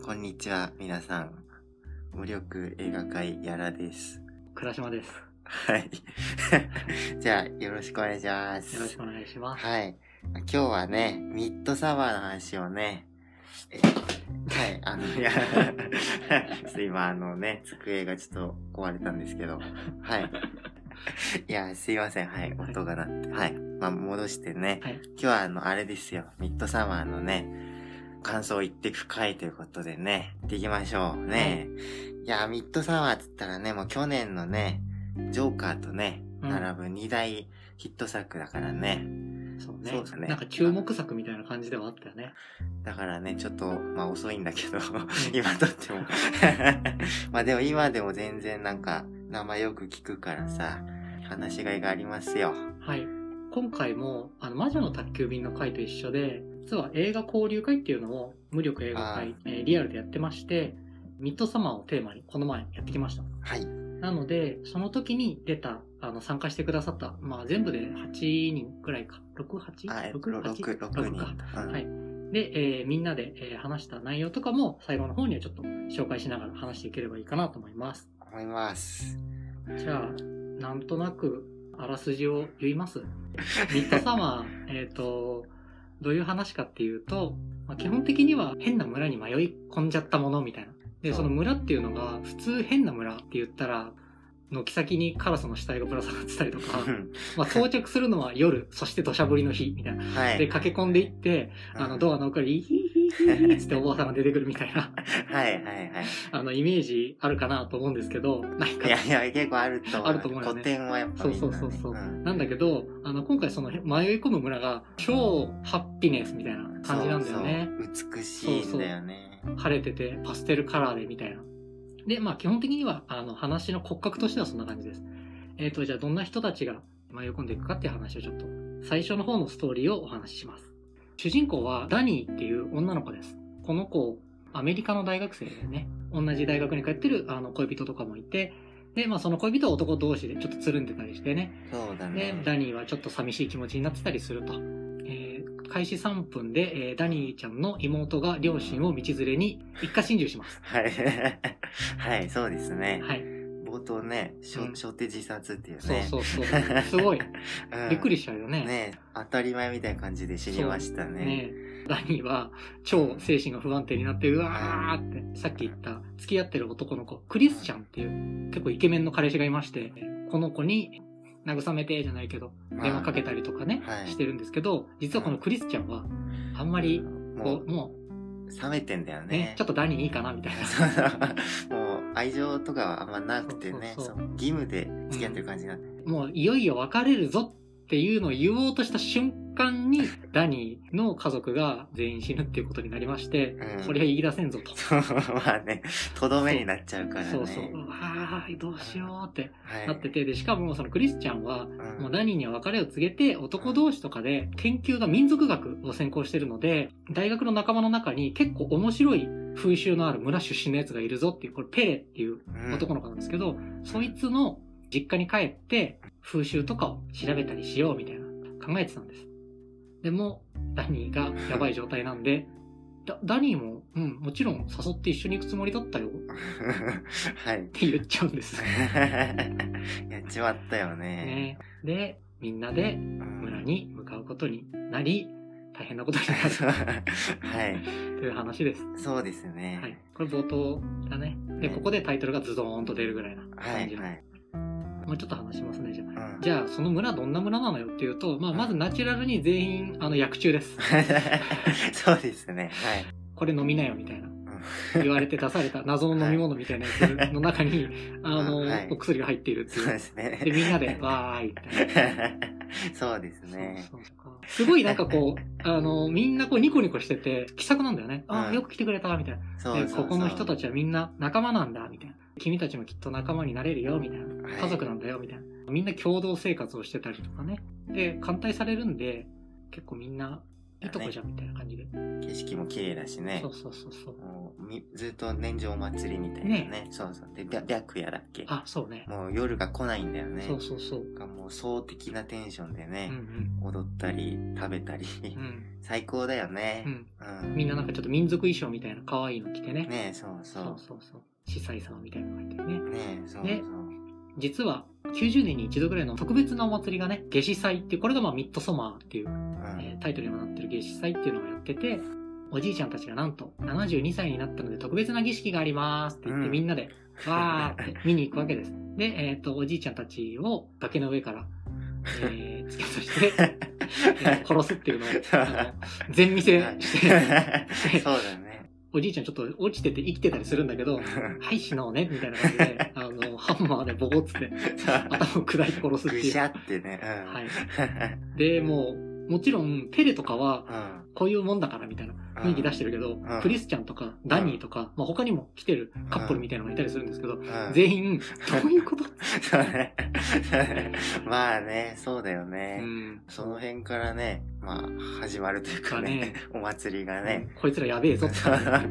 こんにちは、皆さん。無力映画界やらです。 倉島です。 はい。じゃあ、よろしくお願いします。 よろしくお願いします。 はい。今日はね、ミッドサマーの話をね、はい、いや、今机がちょっと壊れたんですけど、はい。いや、すいません、はい、音が鳴って、はい。戻してね、 はい、 今日はあれですよ、ミッドサマーのね、感想を言ってく回ということでね、行っていきましょうね。いや、ミッドサマーって言ったらね、もう去年のね、ジョーカーとね、並ぶ2大ヒット作だからね。 そうね。 そうですね。 なんか注目作みたいな感じではあったよね。 だからね、ちょっと、遅いんだけど、今とっても。でも今でも全然なんか、名前よく聞くからさ、話しがいがありますよ。 はい。今回も、魔女の宅急便の回と一緒で、実は映画交流会っていうのを無力映画会、リアルでやってまして、ミッドサマーをテーマにこの前やってきました。 はい。 なので、その時に出た、参加してくださった、全部で8人くらいか。6、8? 6人か。はい。で、みんなで、話した内容とかも最後の方にはちょっと紹介しながら話していければいいかなと思います。じゃあ、なんとなくあらすじを言います。ミッドサマー、どういう話かっていうと、基本的には変な村に迷い込んじゃったものみたいな。で、その村っていうのが、普通変な村って言ったら、軒先にカラスの死体がぶら下がってたりとか、到着するのは夜、そして土砂降りの日、みたいな。はい、で、駆け込んでいって、ドアの奥からイヒヒヒヒつっておばあさんが出てくるみたいな。 はいはいはい。イメージあるかなと思うんですけど、 なんか。いや、結構あると思う。 あると思うよね。 古典はやっぱり、ね。 そう。なんだけど、今回その迷い込む村が、超ハッピネスみたいな感じなんだよね。 そう美しいんだよね。 晴れてて、パステルカラーでみたいな。で、基本的には、話の骨格としてはそんな感じです。じゃあどんな人たちが迷い込んでいくかっていう話をちょっと、最初の方のストーリーをお話しします。主人公はダニーっていう女の子です。この子、アメリカの大学生でね、同じ大学に通ってる恋人とかもいて、で、その恋人は男同士でちょっとつるんでたりしてね。 そうだね。 で、ダニーはちょっと寂しい気持ちになってたりすると。開始3分で、ダニーちゃんの妹が両親を道連れに一家心中します。 はい。はい、そうですね。 はい。 冒頭ね、初手自殺っていうね。 そう。すごい。びっくりしちゃうよね。 ね、当たり前みたいな感じで死にましたね。 ダニーは超精神が不安定になって、うわーって、さっき言った付き合ってる男の子、クリスチャンっていう結構イケメンの彼氏がいまして、この子に慰めてじゃないけど、電話かけたりとかね、してるんですけど、実はこのクリスチャンは、あんまり、もう、 冷めてんだよね。 ちょっとダニーいいかなみたいな。 もう、愛情とかはあんまなくてね、義務で付き合ってる感じになって。 もう、いよいよ別れるぞっていうのを言おうとした瞬間に、ダニーの家族が全員死ぬっていうことになりまして、これは言い出せんぞと。 とどめになっちゃうからね。 どうしようってなってて、で、しかもそのクリスチャンは、もうダニーには別れを告げて、男同士とかで研究が民族学を専攻してるので、大学の仲間の中に結構面白い風習のある村出身のやつがいるぞっていう、これペレっていう男の子なんですけど、そいつの実家に帰って風習とかを調べたりしようみたいな考えてたんです。でも、ダニーがやばい状態なんで、ダニーも、もちろん誘って一緒に行くつもりだったよ。はい。って言っちゃうんです。 やっちまったよね。 で、みんなで村に向かうことになり、大変なことになる。はい。という話です。 そうですね。 はい。これ冒頭だね。で、ここでタイトルがズドーンと出るぐらいな感じの。はい。もうちょっと話しますね、じゃあ。じゃあ、その村どんな村なのよっていうと、まずナチュラルに全員、薬中です。 そうですね。はい。 これ飲みなよ、みたいな。言われて出された謎の飲み物みたいなやつの中に、お薬が入っているっていう。そうですね。で、みんなで、わーい、みたいな。 そうですね。 すごいなんかこう、みんなこうニコニコしてて、気さくなんだよね。よく来てくれた、みたいな。で、ここの人たちはみんな仲間なんだ、みたいな。君たちもきっと仲間になれるよ、みたいな。家族なんだよ、みたいな。みんな共同生活をしてたりとかね。で、艦隊されるんで、結構みんな、 したね。 いとこじゃんみたいな感じで。 景色も綺麗だしね。 そうそうそうそう。 もうずっと年中お祭りみたいなね。そうそう。で、白夜だっけ。 あ、そうね。 もう夜が来ないんだよね。 そうそうそう。 がもう壮的なテンションでね、踊ったり食べたり、最高だよね。 みんななんかちょっと民族衣装みたいな可愛いの着てね。 ねえ、そうそう。 そうそうそう。司祭様みたいなのがいてね。 ねえ、そうそう。 で、実は90年に一度ぐらいの特別なお祭りがね、夏至祭っていう、これがまあミッドソマーっていう、タイトルにもなってる夏至祭っていうのをやってて、おじいちゃんたちがなんと72歳になったので特別な儀式がありますって言ってみんなでわーって見に行くわけです。で、おじいちゃんたちを崖の上から突き落として殺すっていうのを全見せしてそうだね。 おじいちゃんちょっと落ちてて生きてたりするんだけどはい死のうねみたいな感じでハンマーでボコッつって頭を砕いて殺すっていう。 ぐしゃってね。 はい。でもちろんペレとかはこういうもんだからみたいな雰囲気出してるけど、クリスチャンとかダニーとか、まあ、他にも来てるカップルみたいなのがいたりするんですけど、全員どういうことそうね。まあね、そうだよね。その辺からね、まあ始まるというかね、お祭りがね、 こいつらやべえぞって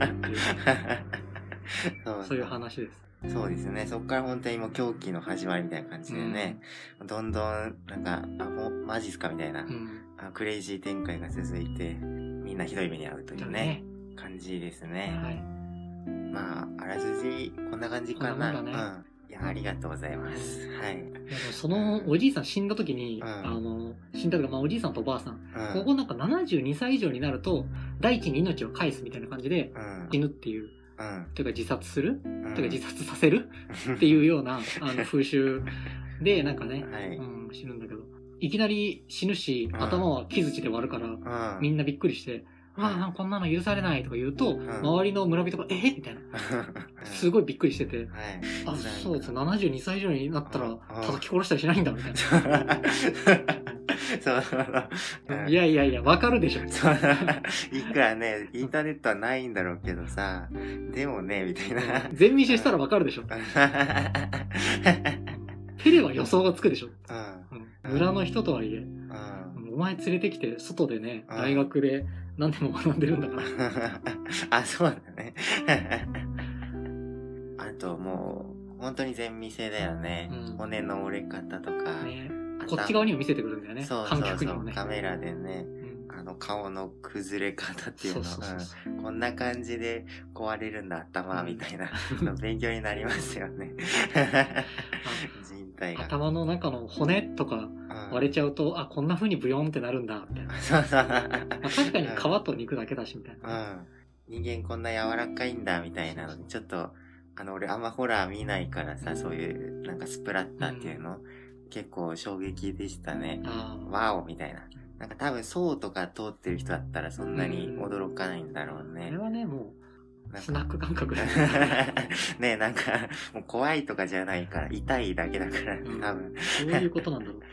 そういう話です。 そうですね。そっから本当にもう狂気の始まりみたいな感じでね、どんどんなんかもうマジっすかみたいな、クレイジー展開が続いて、みんなひどい目に遭うというね、感じですね。はい。まああらすじこんな感じかな。いや、ありがとうございます。はい。 そのおじいさん死んだ時に、死んだとか、まあおじいさんとおばあさん、ここなんか72歳以上になると大地に命を返すみたいな感じで死ぬっていう。というか自殺する、というか自殺させるっていうような風習でなんかね、死ぬんだけど、いきなり死ぬし頭は木槌で割るから、みんなびっくりして「ああこんなの許されない」とか言うと、周りの村人が「えみたいなすごいびっくりしてて「あそうです72歳以上になったら叩き殺したりしないんだ」みたいな。いやいやいや、わかるでしょ。 いくらね、インターネットはないんだろうけどさ、でもね、みたいな。 全見せしたらわかるでしょ。ペレは予想がつくでしょ。村の人とはいえ、お前連れてきて、外でね、大学で何年も学んでるんだから。 あ、そうだね。あともう、本当に全見せだよね。骨の折れ方とか。 こっち側にも見せてくるんだよね。観客にもね。 カメラでね、顔の崩れ方っていうの、こんな感じで壊れるんだ、頭みたいな、勉強になりますよね。人体が。 頭の中の骨とか割れちゃうと、あ、こんな風にブヨンってなるんだ、みたいな。確かに皮と肉だけだし、みたいな。 人間こんな柔らかいんだ、みたいなので、ちょっと、俺あんまホラー見ないからさ、そういう、なんかスプラッターっていうの、結構衝撃でしたね。ワオみたいな。なんか多分層とか通ってる人だったらそんなに驚かないんだろうね。 あれはね、もう、スナック感覚だね、なんか、もう怖いとかじゃないから、痛いだけだから、多分。 そういうことなんだろう。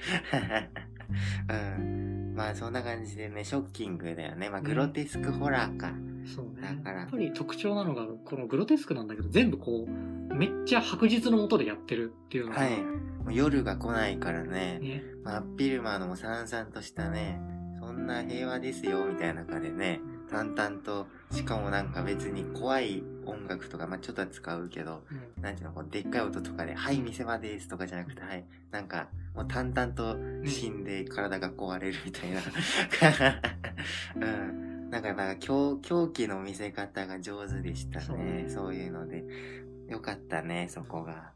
まあそんな感じでね、ショッキングだよね。まあグロテスクホラーか。 そうね。だから。やっぱり特徴なのが、このグロテスクなんだけど、全部こう、めっちゃ白日の下でやってるっていうのが。 夜が来ないからね。真っ昼間のもさんさんとしたね、そんな平和ですよ、みたいな中でね、淡々と、しかもなんか別に怖い音楽とか、まあちょっとは使うけど、なんていうの、こうでっかい音とかで、はい、見せ場ですとかじゃなくて、はい、なんか、もう淡々と死んで体が壊れるみたいな。なんかやっぱ狂気の見せ方が上手でしたね。そういうので。よかったね、そこが。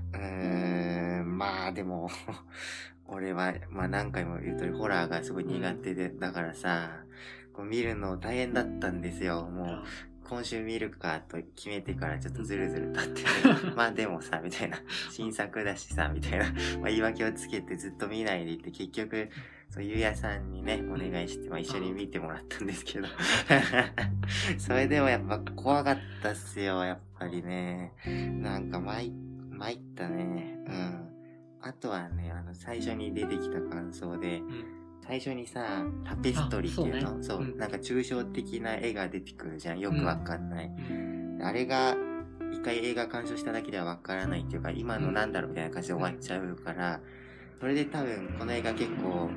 まあでも、俺は、まあ何回も言う通り、ホラーがすごい苦手で、だからさ、こう見るの大変だったんですよ。もう、今週見るかと決めてからちょっとずるずる経って、まあでもさ、みたいな、新作だしさ、みたいな、まあ言い訳をつけてずっと見ないでいて、結局、そう、ゆうやさんにね、お願いして、まあ一緒に見てもらったんですけど、それでもやっぱ怖かったっすよ、やっぱりね。なんか参ったね。あとはね、最初に出てきた感想で、最初にさ、タペストリーっていうの？そう、なんか抽象的な絵が出てくるじゃん。よくわかんない。あれが、一回映画鑑賞しただけではわからないっていうか、今のなんだろうみたいな感じで終わっちゃうから、それで多分この映画結構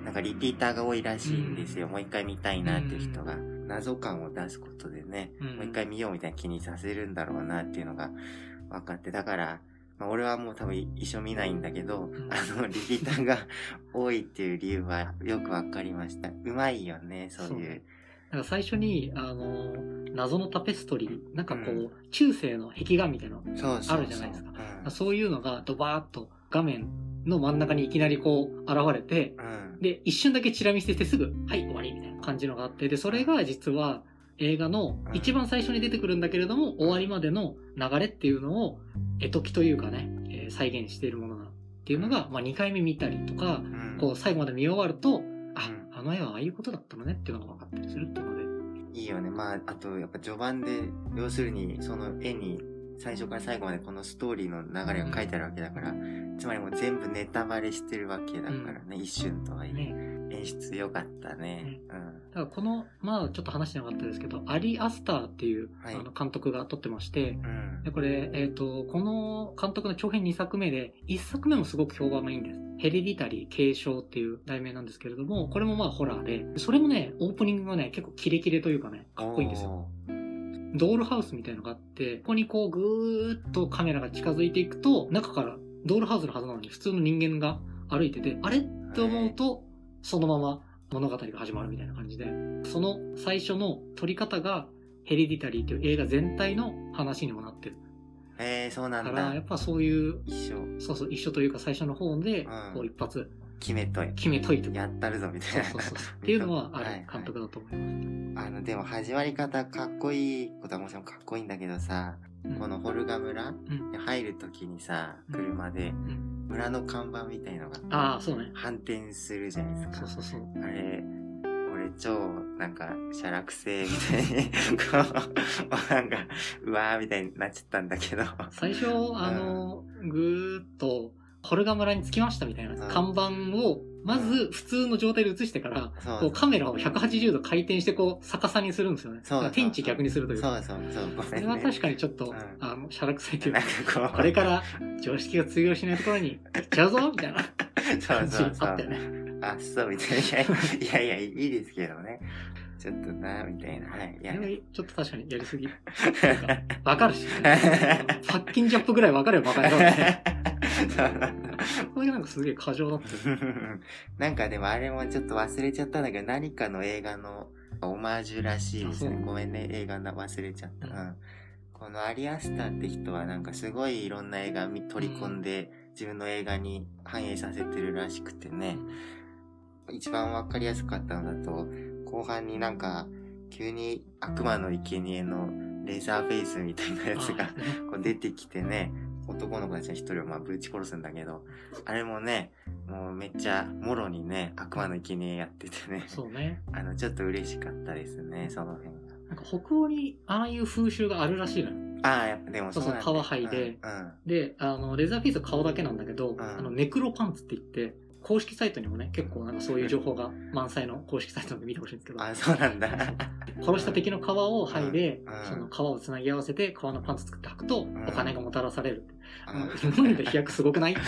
なんかリピーターが多いらしいんですよ。もう一回見たいなっていう人が。謎感を出すことでね、もう一回見ようみたいな気にさせるんだろうなっていうのが分かって、だから、まあ、俺はもう多分一緒見ないんだけど、リピーターが多いっていう理由はよく分かりました。うまいよね、そういう。 なんか最初に、謎のタペストリー、なんかこう、中世の壁画みたいなのあるじゃないですか。そういうのがドバーッと画面の真ん中にいきなりこう現れて、で、一瞬だけチラ見せしてすぐ、はい、終わりみたいな感じのがあって、で、それが実は映画の一番最初に出てくるんだけれども、終わりまでの流れっていうのを、絵解きというかね、再現しているものだっていうのが、まあ2回目見たりとか、こう最後まで見終わると、あの絵はああいうことだったのねっていうのが分かったりするっていうので。 いいよね。まあ、あとやっぱ序盤で、要するにその絵に最初から最後までこのストーリーの流れが書いてあるわけだから、つまりもう全部ネタバレしてるわけだからね、一瞬とはいえ。演出良かったね。 だからこの、まあちょっと話してなかったですけど、アリ・アスターっていう、監督が撮ってまして、でこれ、この監督の長編2作目で、1作目もすごく評判がいいんです。ヘレディタリー継承っていう題名なんですけれども、これもまあホラーで、それもね、オープニングがね、結構キレキレというかね、かっこいいんですよ。ドールハウスみたいなのがあって、ここにこうぐーっとカメラが近づいていくと、中からドールハウスのはずなのに普通の人間が歩いてて、あれって思うと、そのまま物語が始まるみたいな感じで、その最初の撮り方がヘレディタリーという映画全体の話にもなってる。 そうなんだ。 だからやっぱそういう、 一緒一緒というか最初の方で、こう一発、 決めといと。やったるぞみたいな。 っていうのはある監督だと思います。 でも始まり方かっこいいことはもちろんかっこいいんだけどさ、このホルガ村に入るときにさ、車で、村の看板みたいのが、反転するじゃないですか。あれ、俺超、なんか、写楽性みたいに、なんか、うわーみたいになっちゃったんだけど。 最初、ぐーっと、ホルガ村に着きましたみたいな看板を、まず普通の状態で映してから、こうカメラを180度回転してこう逆さにするんですよね。天地逆にするというか。 それは確かにちょっと、シャラ臭いというか、これから常識が通用しないところに行っちゃうぞみたいな感じあったよね。 そうみたいな。いや、いいですけどね。ちょっとな、みたいな。 ちょっと確かにやりすぎ。わかるし。パッキンジャップぐらいわかればわかるよね。これなんかすげえ過剰だった。 なんかでもあれもちょっと忘れちゃったんだけど、何かの映画のオマージュらしいですね。ごめんね、映画忘れちゃった。このアリアスターって人はなんかすごいいろんな映画取り込んで、自分の映画に反映させてるらしくてね。一番わかりやすかったのだと、後半になんか急に悪魔の生贄のレーザーフェイスみたいなやつがこう出てきてね、男の子たちの一人をぶち殺すんだけど、あれもね、もうめっちゃもろにね、悪魔の生贄やっててね。 そうね。 ちょっと嬉しかったですね、その辺が。 なんか北欧にああいう風習があるらしいのよ。 やっぱでもそうなんだ。皮剥いで、で、レーザーフェイスは顔だけなんだけど、ネクロパンツって言って、公式サイトにもね、結構なんかそういう情報が満載の公式サイトで見てほしいんですけど。 そうなんだ。 殺した敵の皮を剥いで、その皮をつなぎ合わせて皮のパンツ作って履くと、お金がもたらされる。今まで飛躍すごくない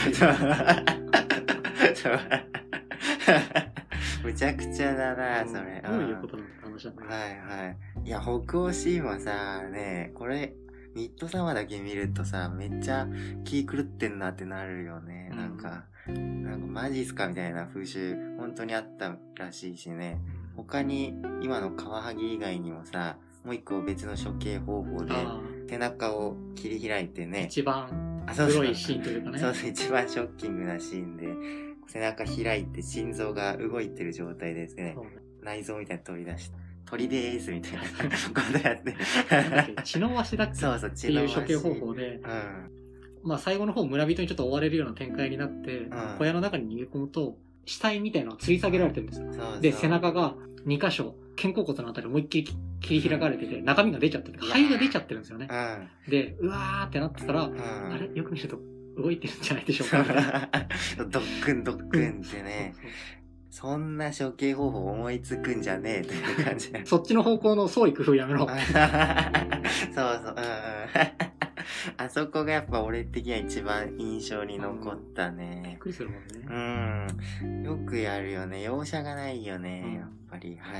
むちゃくちゃだな、それ。 どういうことなのって話なんだけど。 いや、北欧シーンはさ、ね、これ、ミッドサマーだけ見るとさ、めっちゃ気狂ってんなってなるよね。なんかマジっすかみたいな風習、本当にあったらしいしね。他に、今のカワハギ以外にもさ、もう一個別の処刑方法で、背中を切り開いてね。 一番黒いシーンというかね。 そう、一番ショッキングなシーンで、背中開いて心臓が動いてる状態ですね。内臓みたいな取り出して。鳥でーすみたいなことやって。 血の足だっけっていう処刑方法で、まあ最後の方村人にちょっと追われるような展開になって、小屋の中に逃げ込むと、死体みたいなのが吊り下げられてるんですよ。で、背中が2箇所、肩甲骨のあたり思いっきり切り開かれてて、中身が出ちゃってて、肺が出ちゃってるんですよね。で、うわーってなってたら、あれよく見ると動いてるんじゃないでしょうかみたいな。 ドックンってね。そんな処刑方法思いつくんじゃねえという感じ。 そっちの方向の創意工夫やめろ。 そう。 あそこがやっぱ俺的には一番印象に残ったね。 びっくりするもんね。よくやるよね。容赦がないよね、やっぱり。はい。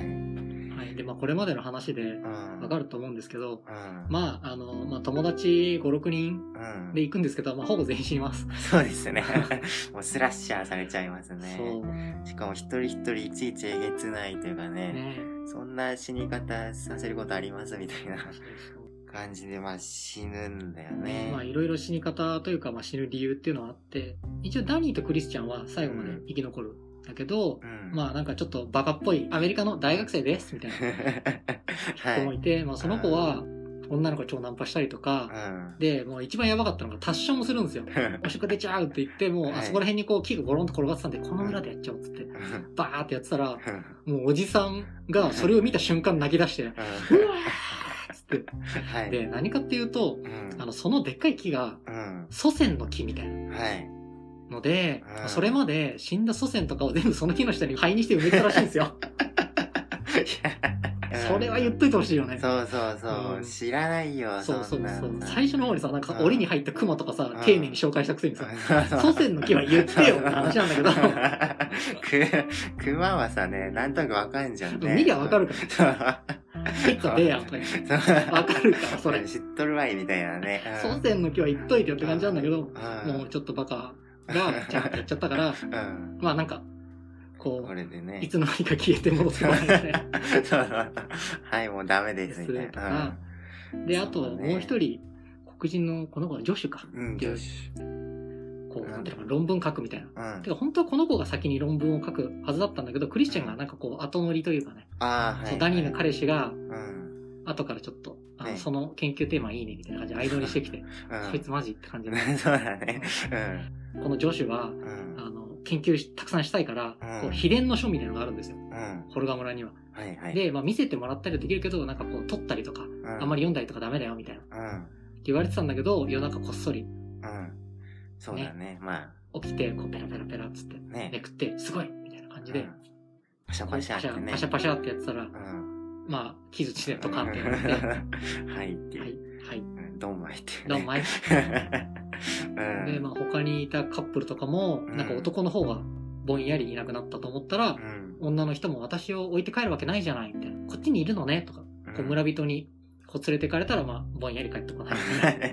はい。で、これまでの話でわかると思うんですけど、友達5、6人で行くんですけど、ほぼ全員死にます。 そうですね。もうスラッシャーされちゃいますね。しかも一人一人いちいちえげつないというかね、そんな死に方させることありますみたいな感じで、死ぬんだよね。 いろいろ死に方というか、死ぬ理由っていうのはあって、一応ダニーとクリスチャンは最後まで生き残る。だけど、なんかちょっとバカっぽいアメリカの大学生ですみたいな子もいて、その子は女の子超ナンパしたりとか、で、もう一番やばかったのが達者もするんですよ。おしっこ出ちゃうって言って、もうあそこら辺に木がゴロンと転がってたんで、この裏でやっちゃおうっつって、バーってやってたら、もうおじさんがそれを見た瞬間泣き出して、うわーっつって。で、何かっていうと、そのでっかい木が、祖先の木みたいな。ので、それまで死んだ祖先とかを全部その木の下に灰にして埋めてたらしいんですよ。それは言っといてほしいよね。 そう。知らないよ。 そう。最初の方にさ、なんか檻に入ったクマとかさ、丁寧に紹介したくせにさ、祖先の木は言ってよって話なんだけど。 クマはさね、なんとなくわかんじゃんね。 見りゃわかるから。結構出やんとか言って。わかるから、それ。 知っとるわいみたいなね。 祖先の木は言っといてよって感じなんだけど、もうちょっとバカがちゃんとやっちゃったから、なんか、 これでね、 いつの間にか消えて戻ってこないみたいな。 はい、もうダメですみたいな。 で、あと、もう一人、黒人のこの子はジョシュか。 ジョシュ。なんていうのか、論文書くみたいな。てか、本当はこの子が先に論文を書くはずだったんだけど、クリスチャンがなんか後乗りというかね。ダニーの彼氏が、後からちょっと、その研究テーマいいねみたいな感じで相乗りしてきて、こいつマジって感じで。 そうだね。 このジョシュは、研究たくさんしたいから、秘伝の書みたいなのがあるんですよ。ホルガ村には。で、見せてもらったりはできるけど、なんか撮ったりとか、あんまり読んだりとかダメだよみたいな。って言われてたんだけど、夜中こっそり。 そうだね。 起きて、ペラペラペラっつって、めくって、すごいみたいな感じで、 パシャパシャってね。 パシャパシャってやってたら、傷つでドカンってやって、 はいって。はい。ドンマイって。 ドンマイ。で、他にいたカップルとかも、なんか男の方がぼんやりいなくなったと思ったら、女の人も私を置いて帰るわけないじゃないみたいな。こっちにいるのねとか、村人に連れてかれたら、ぼんやり帰ってこない。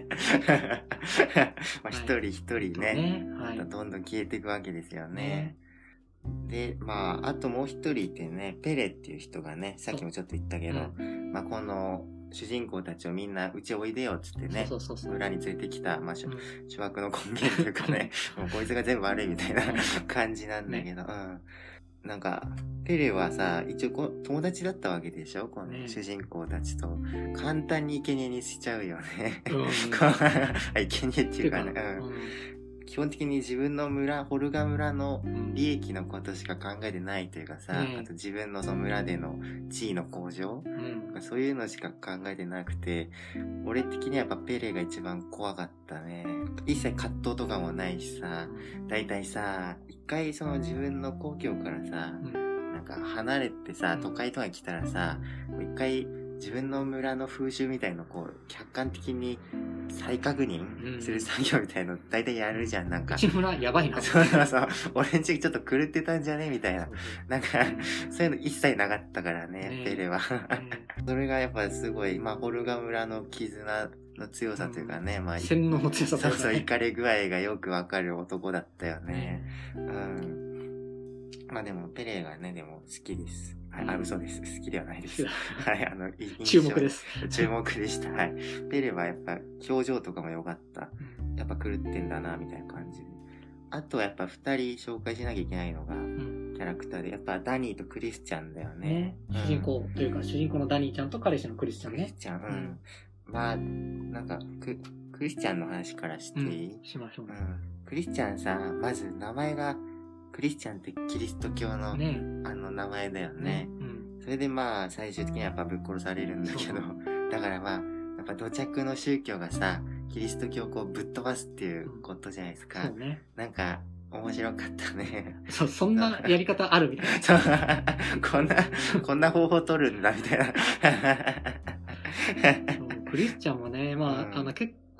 一人一人ね、どんどん消えていくわけですよね。で、あともう一人いてね、ペレっていう人がね、さっきもちょっと言ったけど、この、主人公たちをみんなうちおいでよっつってね、村に連れてきた、諸悪の根源というかね、もうこいつが全部悪いみたいな感じなんだけど、なんか、ペレはさ、一応友達だったわけでしょこの主人公たちと。簡単に生贄にしちゃうよね。生贄っていうかね、基本的に自分のホルガ村の利益のことしか考えてないというかさ、あと自分のその村での地位の向上、そういうのしか考えてなくて、俺的にはやっぱペレが一番怖かったね。一切葛藤とかもないしさ、だいたいさ、一回その自分の故郷からさ、なんか離れてさ、都会とかに来たらさ、一回自分の村の風習みたいの客観的に再確認する作業みたいの大体やるじゃん、なんか。 うちの村やばいな。 そう。俺んちちょっと狂ってたんじゃねみたいな。なんか、そういうの一切なかったからね、ペレは。それがやっぱすごい、ホルガ村の絆の強さというかね、 洗脳の強さというかね。 そう、怒り具合がよくわかる男だったよね。でも、ペレがね、でも好きです。はい、嘘です。好きではないです。はい、 注目です。 注目でした。はい。ペレはやっぱ表情とかも良かった。やっぱ狂ってんだな、みたいな感じで。あとはやっぱ二人紹介しなきゃいけないのが、キャラクターで、やっぱダニーとクリスチャンだよね。 主人公というか、主人公のダニーちゃんと彼氏のクリスチャンね。 クリスチャン、なんか、クリスチャンの話からしていい？ しましょう。 クリスチャンさ、まず名前が、クリスチャンってキリスト教の、名前だよね。それで最終的にはやっぱぶっ殺されるんだけど、だからやっぱ土着の宗教がさ、キリスト教をぶっ飛ばすっていうことじゃないですか。 そうね。 なんか、面白かったね。 そんなやり方あるみたいな。 こんな方法取るんだ、みたいな。 クリスチャンもね、結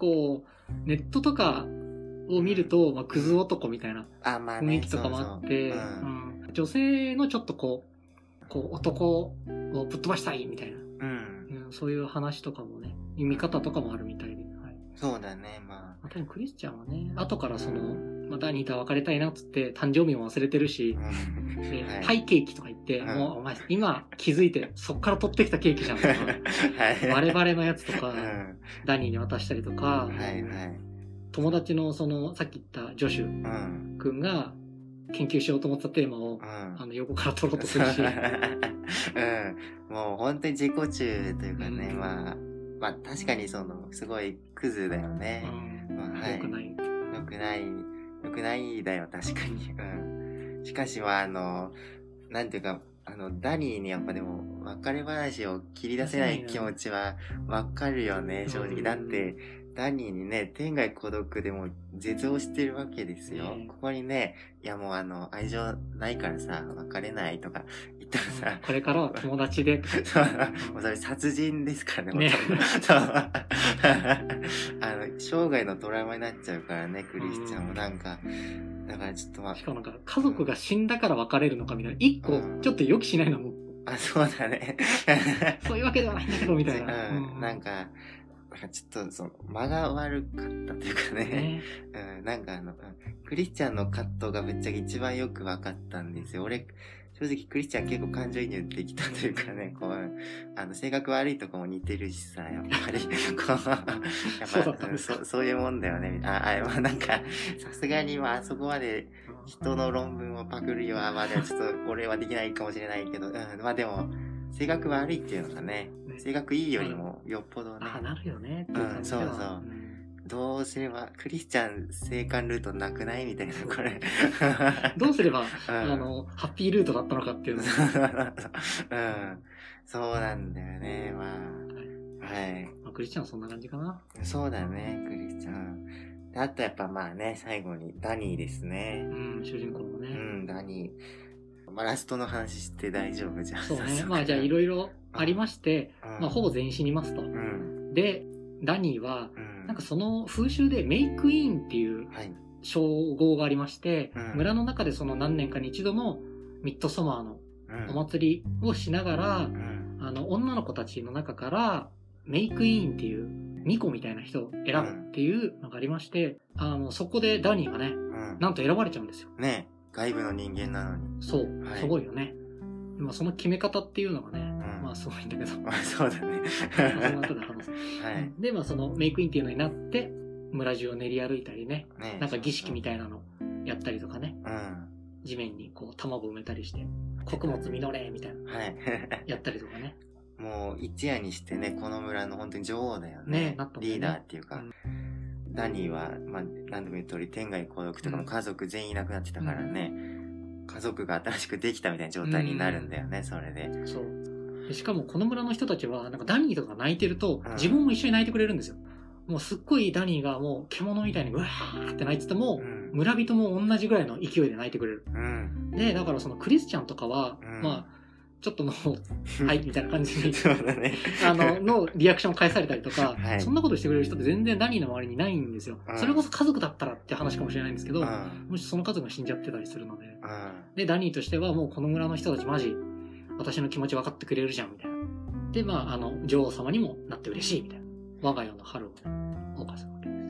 構ネットとかを見ると、まあ、クズ男みたいな雰囲気とかもあって、女性のちょっとこう男をぶっ飛ばしたいみたいな、そういう話とかもね、見方とかもあるみたいで、はい、 そうだね。まあ多分クリスチャンはね、後からその、まあ、ダニーと別れたいなっつって誕生日も忘れてるし、で、はい、ケーキとか言って、もうお前今気づいてそっから取ってきたケーキじゃんとか、バレバレのやつとか、ダニーに渡したりとか、友達のそのさっき言ったジョシュ君が研究しようと思ってたテーマを、横から取ろうとするし、 もう本当に自己中というかね、まあ確かにそのすごいクズだよね。 良くない。 良くないだよ、確かに。しかしはなんていうか、ダニーにやっぱでも別れ話を切り出せない気持ちはわかるよね、正直。だって、ダニーにね、天涯孤独でも絶望してるわけですよ。ここにね、いやもう愛情ないからさ、別れないとか言ったらさ、 これからは友達で。 もうそれ殺人ですからね、生涯のトラウマになっちゃうからね、クリスチャンもなんか、だからちょっとしかもなんか家族が死んだから別れるのかみたいな、一個ちょっと予期しないのも。 そうだね。 そういうわけではないんだけど、みたいな。 なんかちょっと間が悪かったというかね。なんかクリスチャンの葛藤がぶっちゃけ一番よく分かったんですよ。俺、正直クリスチャン結構感情移入できたというかね、こう、性格悪いとこも似てるしさ、やっぱり、そういうもんだよね。まあなんか、さすがにあそこまで人の論文をパクるようなまではちょっと俺はできないかもしれないけど、まあでも、性格悪いっていうのがね、性格いいよりもよっぽどね。 なるよねっていう感じでは。 そう。どうすれば、クリスチャン生還ルートなくないみたいな、これ。 どうすれば、ハッピールートだったのかっていうの。 そうなんだよね、まあ。はい。 クリスチャンはそんな感じかな。 そうだね、クリスチャン。あとやっぱまあね、最後にダニーですね。 主人公のね。 ダニー。まあラストの話して大丈夫じゃん。 そうね。まあじゃあいろいろありまして、まあほぼ全員死にますと。で、ダニーは、なんかその風習でメイクイーンっていう称号がありまして、村の中でその何年かに一度のミッドソマーのお祭りをしながら、女の子たちの中からメイクイーンっていう巫女みたいな人を選ぶっていうのがありまして、そこでダニーがね、なんと選ばれちゃうんですよ。 ね、外部の人間なのに。 そう、すごいよね。まあその決め方っていうのがね、まあすごいんだけど。 そうだね。 その後で話す。で、まあそのメイクインっていうのになって、村中を練り歩いたりね、なんか儀式みたいなのやったりとかね、地面にこう卵埋めたりして、穀物実れみたいな、やったりとかね。 もう一夜にしてね、この村の本当に女王だよね。リーダーっていうか。ダニーは、まあ何度も言う通り天涯孤独とかも家族全員いなくなってたからね、家族が新しくできたみたいな状態になるんだよね、それで。そう。 でしかもこの村の人たちは、なんかダニーとか泣いてると、自分も一緒に泣いてくれるんですよ。もうすっごいダニーがもう獣みたいにうわーって泣いてても、村人も同じぐらいの勢いで泣いてくれる。で、だからそのクリスチャンとかは、まあ、ちょっともう、はい、みたいな感じに、 そうだね。 のリアクション返されたりとか、そんなことしてくれる人って全然ダニーの周りにいないんですよ。それこそ家族だったらって話かもしれないんですけど、もしその家族が死んじゃってたりするので、で、ダニーとしてはもうこの村の人たちマジ、私の気持ち分かってくれるじゃん、みたいな。で、まあ、女王様にもなって嬉しい、みたいな。我が世の春を謳歌するわけです。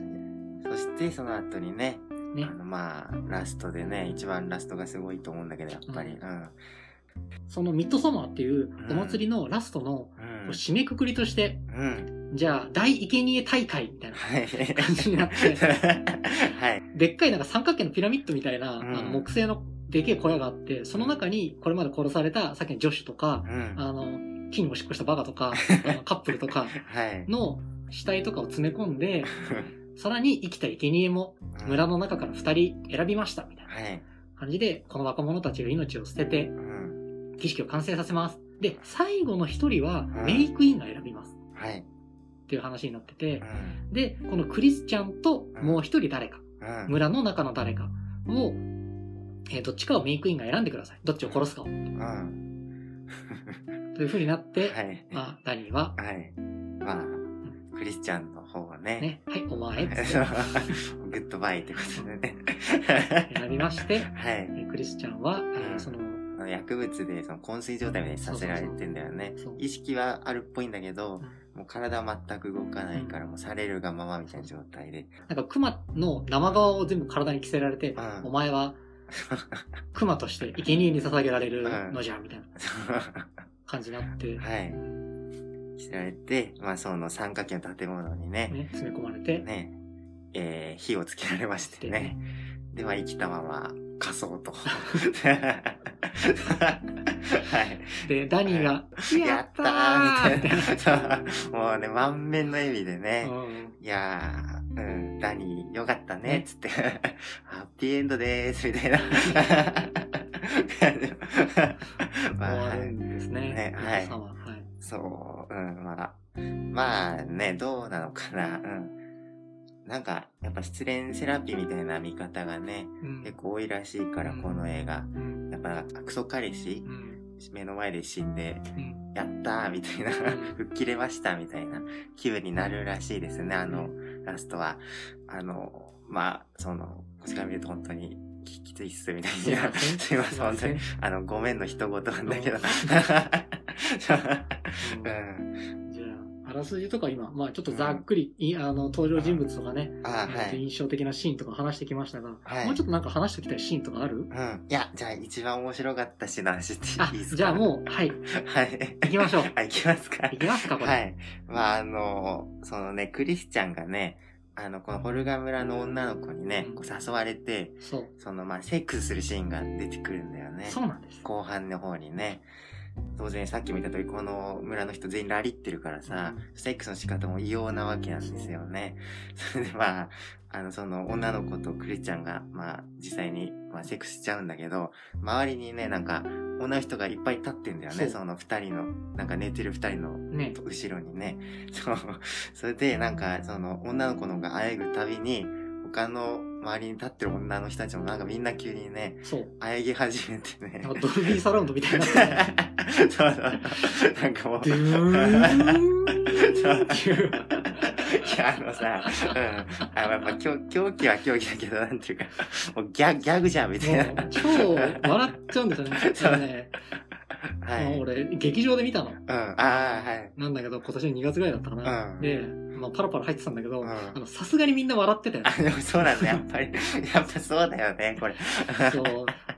そしてその後にね、まあ、ラストでね、一番ラストがすごいと思うんだけど、やっぱり。 そのミッドサマーっていうお祭りのラストの締めくくりとして、じゃあ大生贄大会みたいな感じになって、でっかいなんか三角形のピラミッドみたいな、木製のでけえ小屋があって、その中にこれまで殺されたさっきのジョシュとか、木におしっこしたバカとか、カップルとかの死体とかを詰め込んで、さらに生きた生贄も村の中から2人選びましたみたいな感じで、この若者たちが命を捨てて、儀式を完成させます。で、最後の一人はメイクインが選びます。っていう話になってて、で、このクリスチャンともう一人誰か、村の中の誰かを、どっちかをメイクインが選んでください。どっちを殺すかを。という風になって、まあ、ダニーは、 まあ、ククリスチャンの方はね。 ね、はい、お前って。 グッドバイってことでね。 選びまして、 はい。 クリスチャンは、その、 薬物でその昏睡状態みたいにさせられてんだよね。意識はあるっぽいんだけど、もう体は全く動かないから、もうされるがままみたいな状態で。 なんか熊の生皮を全部体に着せられて、お前は熊として生贄に捧げられるのじゃ、みたいな感じになって。 はい。着せられて、まあその三角形の建物にね、 詰め込まれて、 ね、火をつけられましてね。で、まあ生きたまま、仮装と。はい。 で、ダニーが、 やったーみたいな。もうね、満面の笑みでね。いやー、ダニーよかったね、つって。ハッピーエンドでーす、みたいな。 終わるんですね。 はい。そう、まあね、どうなのかな。なんか、やっぱ失恋セラピーみたいな見方がね、結構多いらしいから、この映画。やっぱ、クソ彼氏、目の前で死んで、やったーみたいな、吹っ切れましたみたいな気分になるらしいですね、ラストは。まあ、こっちから見ると本当に、きついっす、みたいな。すいません、本当に、ごめんの一言なんだけど。 あらすじとか今、まあちょっとざっくり、登場人物とかね、印象的なシーンとか話してきましたが、もうちょっとなんか話しておきたいシーンとかある？ いや、じゃあ一番面白かったシーンの話っていいですか？ じゃあもう、はい。はい。行きましょう。 行きますか？ 行きますか、これ。 はい。まあそのね、クリスチャンがね、このホルガ村の女の子にね、誘われて、まあセックスするシーンが出てくるんだよね。 そうなんです。 後半の方にね。当然さっきも言った通りこの村の人全員ラリってるからさ、セックスの仕方も異様なわけなんですよね。それでまあ、その女の子とクリスチャンがまあ実際にセックスしちゃうんだけど、周りにねなんか女の人がいっぱい立ってんだよね。その二人の、なんか寝てる二人の後ろにね。それでなんかその女の子のがあえぐたびに、他の周りに立ってる女の人たちもなんかみんな急にね、あえぎ始めてね。 ドルビーサラウンドみたいになってね。 そう。なんかもう。 ドゥーンいや、やっぱ狂気は狂気だけど、なんていうか、もうギャグじゃんみたいな。 超笑っちゃうんですよね。そうね。はい。俺、劇場で見たの。 はい。 なんだけど、今年の2月ぐらいだったかな。で、パラパラ入ってたんだけど、さすがにみんな笑ってたよ。 でもそうなんだ、やっぱり。やっぱそうだよね、これ。 そう。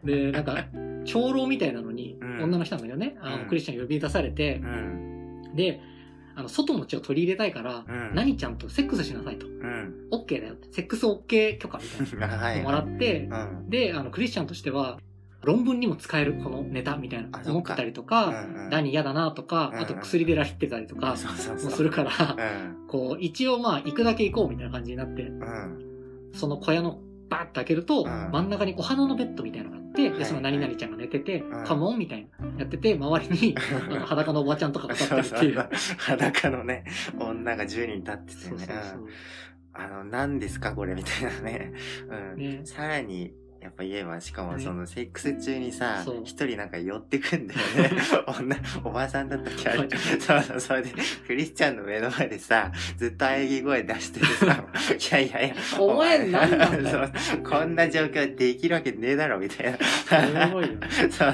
で、なんか、長老みたいなのに、女の人なんだけどね、クリスチャン呼び出されて、で、外の血を取り入れたいから、何ちゃんとセックスしなさいと。OK だよって。セックス OK 許可みたいなのもらって、で、クリスチャンとしては、論文にも使えるこのネタみたいな思ってたりとか、ダニ嫌だなとか、あと薬でラリってたりとか、もするから、こう、一応まあ行くだけ行こうみたいな感じになって、その小屋のバーッと開けると、真ん中にお花のベッドみたいなのがあって、で、その何々ちゃんが寝てて、カモンみたいなやってて、周りに裸のおばちゃんとかが立ってるっていう。 裸のね、女が10人立っててね。何ですかこれみたいなね。さらに、やっぱ言えば、しかもそのセックス中にさ、一人なんか寄ってくんだよね。おばさんだったっけあれ。それで、クリスチャンの目の前でさ、ずっと喘ぎ声出しててさ、いや、 お前なんだこんな状況できるわけねえだろ、みたいな。 すごいよね。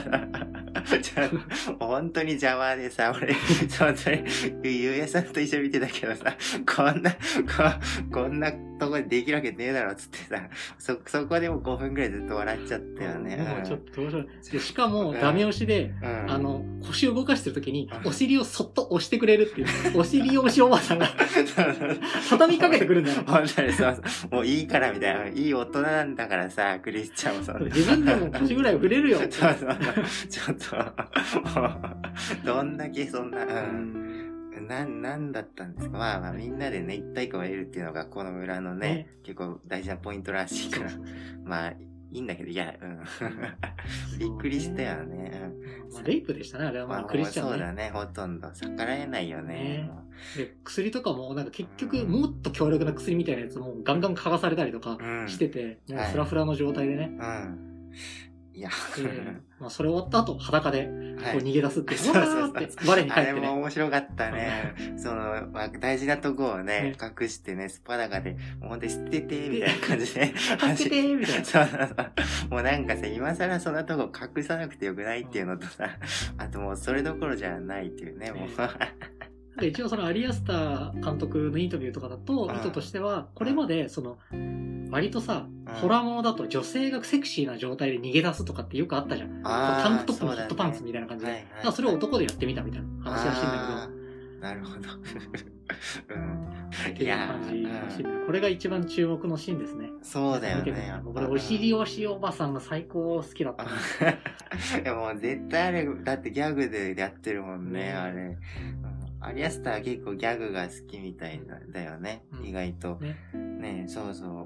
本当に邪魔でさ、俺、本当に、ゆうやさんと一緒に見てたけどさ、こんなとこでできるわけねえだろ、つってさ、そこでも5分くらいずっと笑っちゃったよね。 もうちょっと面白い。で、しかも、ダメ押しで、腰を動かしてるときに、お尻をそっと押してくれるっていう、お尻押しおばさんが、畳みかけてくるんだよ。 本当にそう。もういいからみたいな。いい大人なんだからさ、クリスチャンもそう。 自分でも腰ぐらい触れるよ。 そう。ちょっと、どんだけそんな、なんだったんですか。まあみんなでね、一体感を得るっていうのがこの村のね、結構大事なポイントらしいから。まあ、いいんだけど、いや、びっくりしたよね。 レイプでしたね、あれは。まあ、クリスチャンね。 そうだね、ほとんど。逆らえないよね。 で、薬とかも、なんか結局、もっと強力な薬みたいなやつもガンガン嗅がされたりとかしてて、もうフラフラの状態でね。 いや、 まあそれ終わった後、裸で、こう逃げ出すっていう、 はい、 わーって、我に返ってね。 あれも面白かったね。まあ、大事なとこをね、隠してね、スパダカで、もうほんと捨てて、みたいな感じで。 捨てて、みたいな。 そうそうそう。もうなんかさ、今更そんなとこ隠さなくてよくないっていうのとさ、あともうそれどころじゃないっていうね、もう。 で一応そのアリアスター監督のインタビューとかだと、意図としては、これまでその、割とさ、ホラーものだと女性がセクシーな状態で逃げ出すとかってよくあったじゃん。タンクトップにホットパンツみたいな感じで。だからそれを男でやってみたみたいな話らしいんだけど。なるほど。 っていう感じらしいね。これが一番注目のシーンですね。 そうだよね。 これ、お尻押しおばさんが最高好きだった。 いやもう絶対あれ、だってギャグでやってるもんね、あれ。アリアスターは結構ギャグが好きみたいだよね、意外と。ね、そうそう。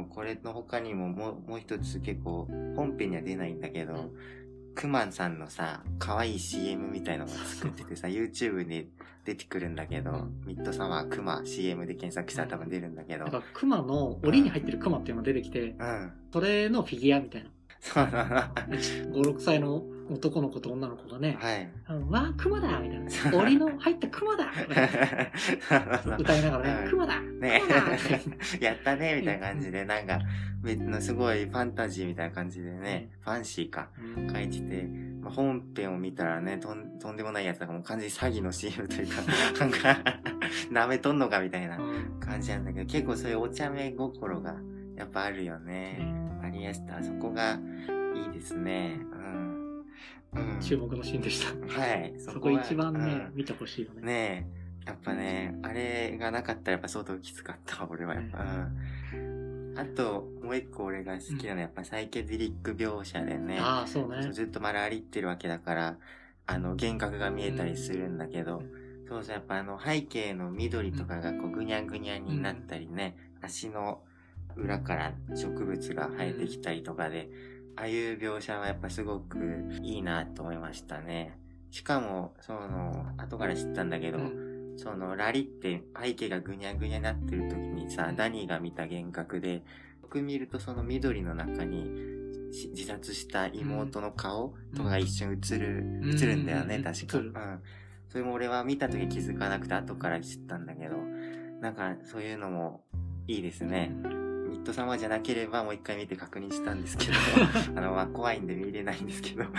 これの他にももう一つ結構本編には出ないんだけど、クマンさんのさ、可愛い CM みたいなのを作っててさ、YouTube に出てくるんだけど、ミッドサマークマ CM で検索したら多分出るんだけど。 なんかクマの檻に入ってるクマっていうのが出てきて、それのフィギュアみたいな。 そうだな。 5、6歳の男の子と女の子がね、 はい。 わあ、クマだみたいな。檻の入ったクマだ歌いながらね、クマだねやったねみたいな感じで、なんか、すごいファンタジーみたいな感じでね、ファンシーか、書いてて、まあ、本編を見たらね、とんでもないやつだから、もう完全に詐欺の CM というか、なんか、舐めとんのかみたいな感じなんだけど、結構そういうお茶目心が、やっぱあるよね。アリアスター、そこがいいですね。 注目のシーンでした。 はい。 そこ一番ね、見てほしいよね。 ねえ。やっぱね、あれがなかったらやっぱ相当きつかったわ、俺はやっぱ。あと、もう一個俺が好きなのはやっぱサイケデリック描写でね。 ああ、そうね。 ずっと丸歩いてるわけだから、幻覚が見えたりするんだけど、そうそう、やっぱ背景の緑とかがこうぐにゃぐにゃになったりね、足の裏から植物が生えてきたりとかで、ああいう描写はやっぱすごくいいなと思いましたね。しかも、後から知ったんだけど、ラリって背景がぐにゃぐにゃになってる時にさ、ダニーが見た幻覚で、よく見るとその緑の中に自殺した妹の顔とかが一瞬映るんだよね、確か。それも俺は見た時気づかなくて後から知ったんだけど、なんかそういうのもいいですね。ミッドサマーじゃなければもう一回見て確認したんですけど、まあ、怖いんで見れないんですけど。はい。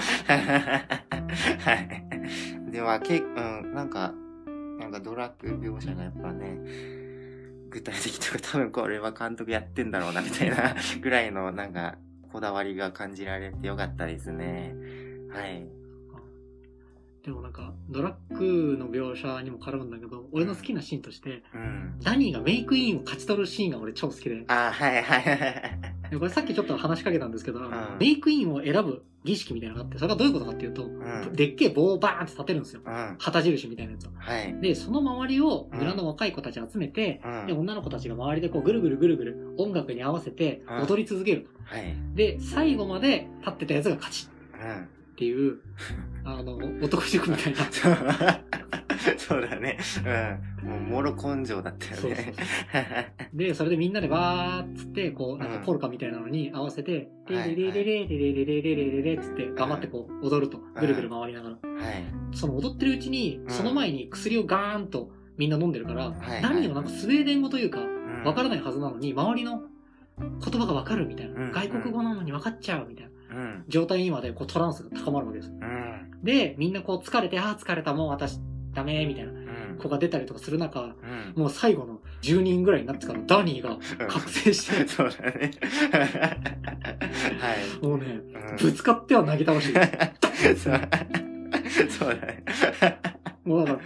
では、なんかドラッグ描写がやっぱね、具体的とか多分これは監督やってんだろうなみたいなぐらいのなんかこだわりが感じられてよかったですね。はい。 でもなんか、ドラッグの描写にも絡むんだけど、俺の好きなシーンとして、ダニーがメイクインを勝ち取るシーンが俺超好きで。これさっきちょっと話しかけたんですけど、メイクインを選ぶ儀式みたいなのがあって、それがどういうことかっていうと、でっけえ棒をバーンって立てるんですよ。旗印みたいなやつを。で、その周りを村の若い子たち集めて、で、女の子たちが周りでこうぐるぐるぐるぐる音楽に合わせて踊り続ける。で、最後まで立ってたやつが勝ち。っていう、男塾みたいな。 そうだね。もう、もろ根性だったよね。 で、それでみんなでバーっつって、こう、なんかポルカみたいなのに合わせて、レレレレレレレレレレレレっつって頑張ってこう、踊ると。ぐるぐる回りながら。その踊ってるうちに、その前に薬をガーンとみんな飲んでるから、何をなんかスウェーデン語というか、わからないはずなのに、周りの言葉がわかるみたいな。外国語なのにわかっちゃうみたいな。状態にまでこうトランスが高まるわけです。で、みんなこう疲れて、疲れた、もう私ダメみたいな子が出たりとかする中、もう最後の10人ぐらいになってからダニーが覚醒して、 そうだね。 もうね、ぶつかっては投げ倒し。 そうだね。 もうだから、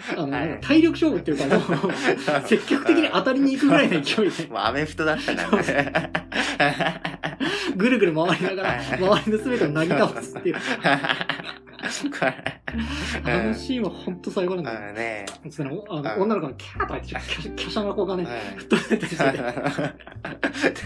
体力勝負っていうか、もう、積極的に当たりに行くぐらいの勢いで。 もうアメフトだったからね。 ぐるぐる回りながら、周りの全てをなぎ倒すっていう。あのシーンはほんと最高なんだよね。女の子がキャーとか言って、華奢な子がね、吹っ飛んでたりして。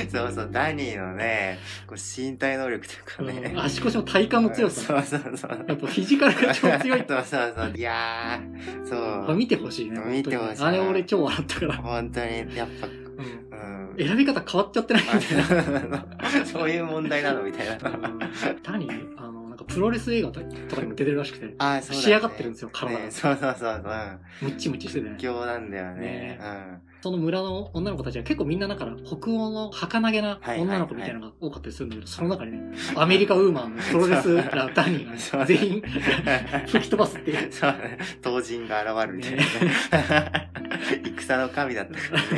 そうそう、ダニーのね、こう身体能力というかね。 足腰の体幹の強さ。 そうそうそう。 やっぱフィジカルが超強い。 そうそうそう。いやー、そう。 見てほしいね。 見てほしい。 あれ俺超笑ったから。 本当に、やっぱ、 選び方変わっちゃってないみたいな。 そういう問題なのみたいな。 単に、なんかプロレス映画とかにも出てるらしくて、 そうだね、 仕上がってるんですよ、体が。 そうそうそう。 ムチムチしててね。 屈強なんだよね。 その村の女の子たちは結構みんなだから北欧の儚げな女の子みたいなのが多かったりするんだけど、その中にね、アメリカウーマンのプロレスラーダニーが全員吹き飛ばすっていう。 そうね。東人が現るみたいなね。戦の神だった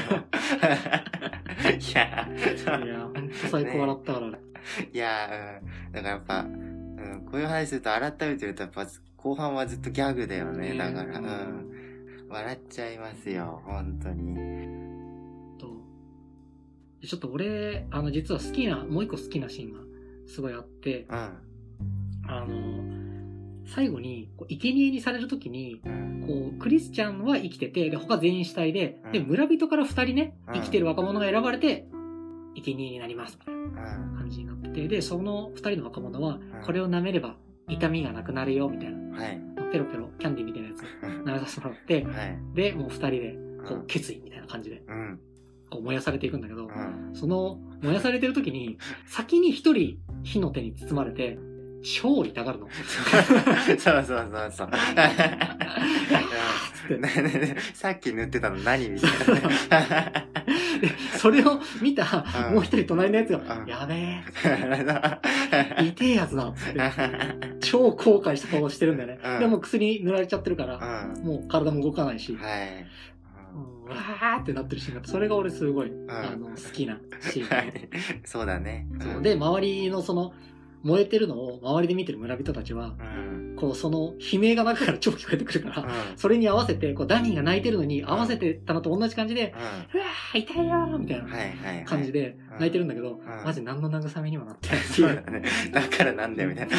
からね。いや、 ほんと最高笑ったからね。 いや、だからやっぱ、こういう話すると改めて言うとやっぱ後半はずっとギャグだよね。だから、笑っちゃいますよ、本当に。 ちょっと俺、実はもう一個好きなシーンがすごいあって、最後に、生贄にされるときに、クリスチャンは生きてて、で、他全員死体で、で、村人から2人ね、生きてる若者が選ばれて、生贄になります、みたいな感じになってて、で、その2人の若者は、これを舐めれば痛みがなくなるよ、みたいな。ペロペロ、キャンディーみたいなやつ舐めさせてもらって、で、もう2人で、決意みたいな感じで、燃やされていくんだけど、その、燃やされてる時に、先に一人火の手に包まれて、超痛がるの。 そう。さっき塗ってたの何みたいな。 それを見た、もう一人隣のやつが、やべえ。痛えやつだっつって。超後悔した顔してるんだよね。でも薬塗られちゃってるから、もう体も動かないし。うわーってなってるシーンがあって、それが俺すごい、好きなシーン。 そうだね。 で、周りのその、燃えてるのを周りで見てる村人たちは、その悲鳴が中から超聞こえてくるから、それに合わせて、ダニーが泣いてるのに合わせてたのと同じ感じで、うわー痛いよーみたいな感じで泣いてるんだけど、マジ何の慰めにもなってないっていう。 だからなんだよみたい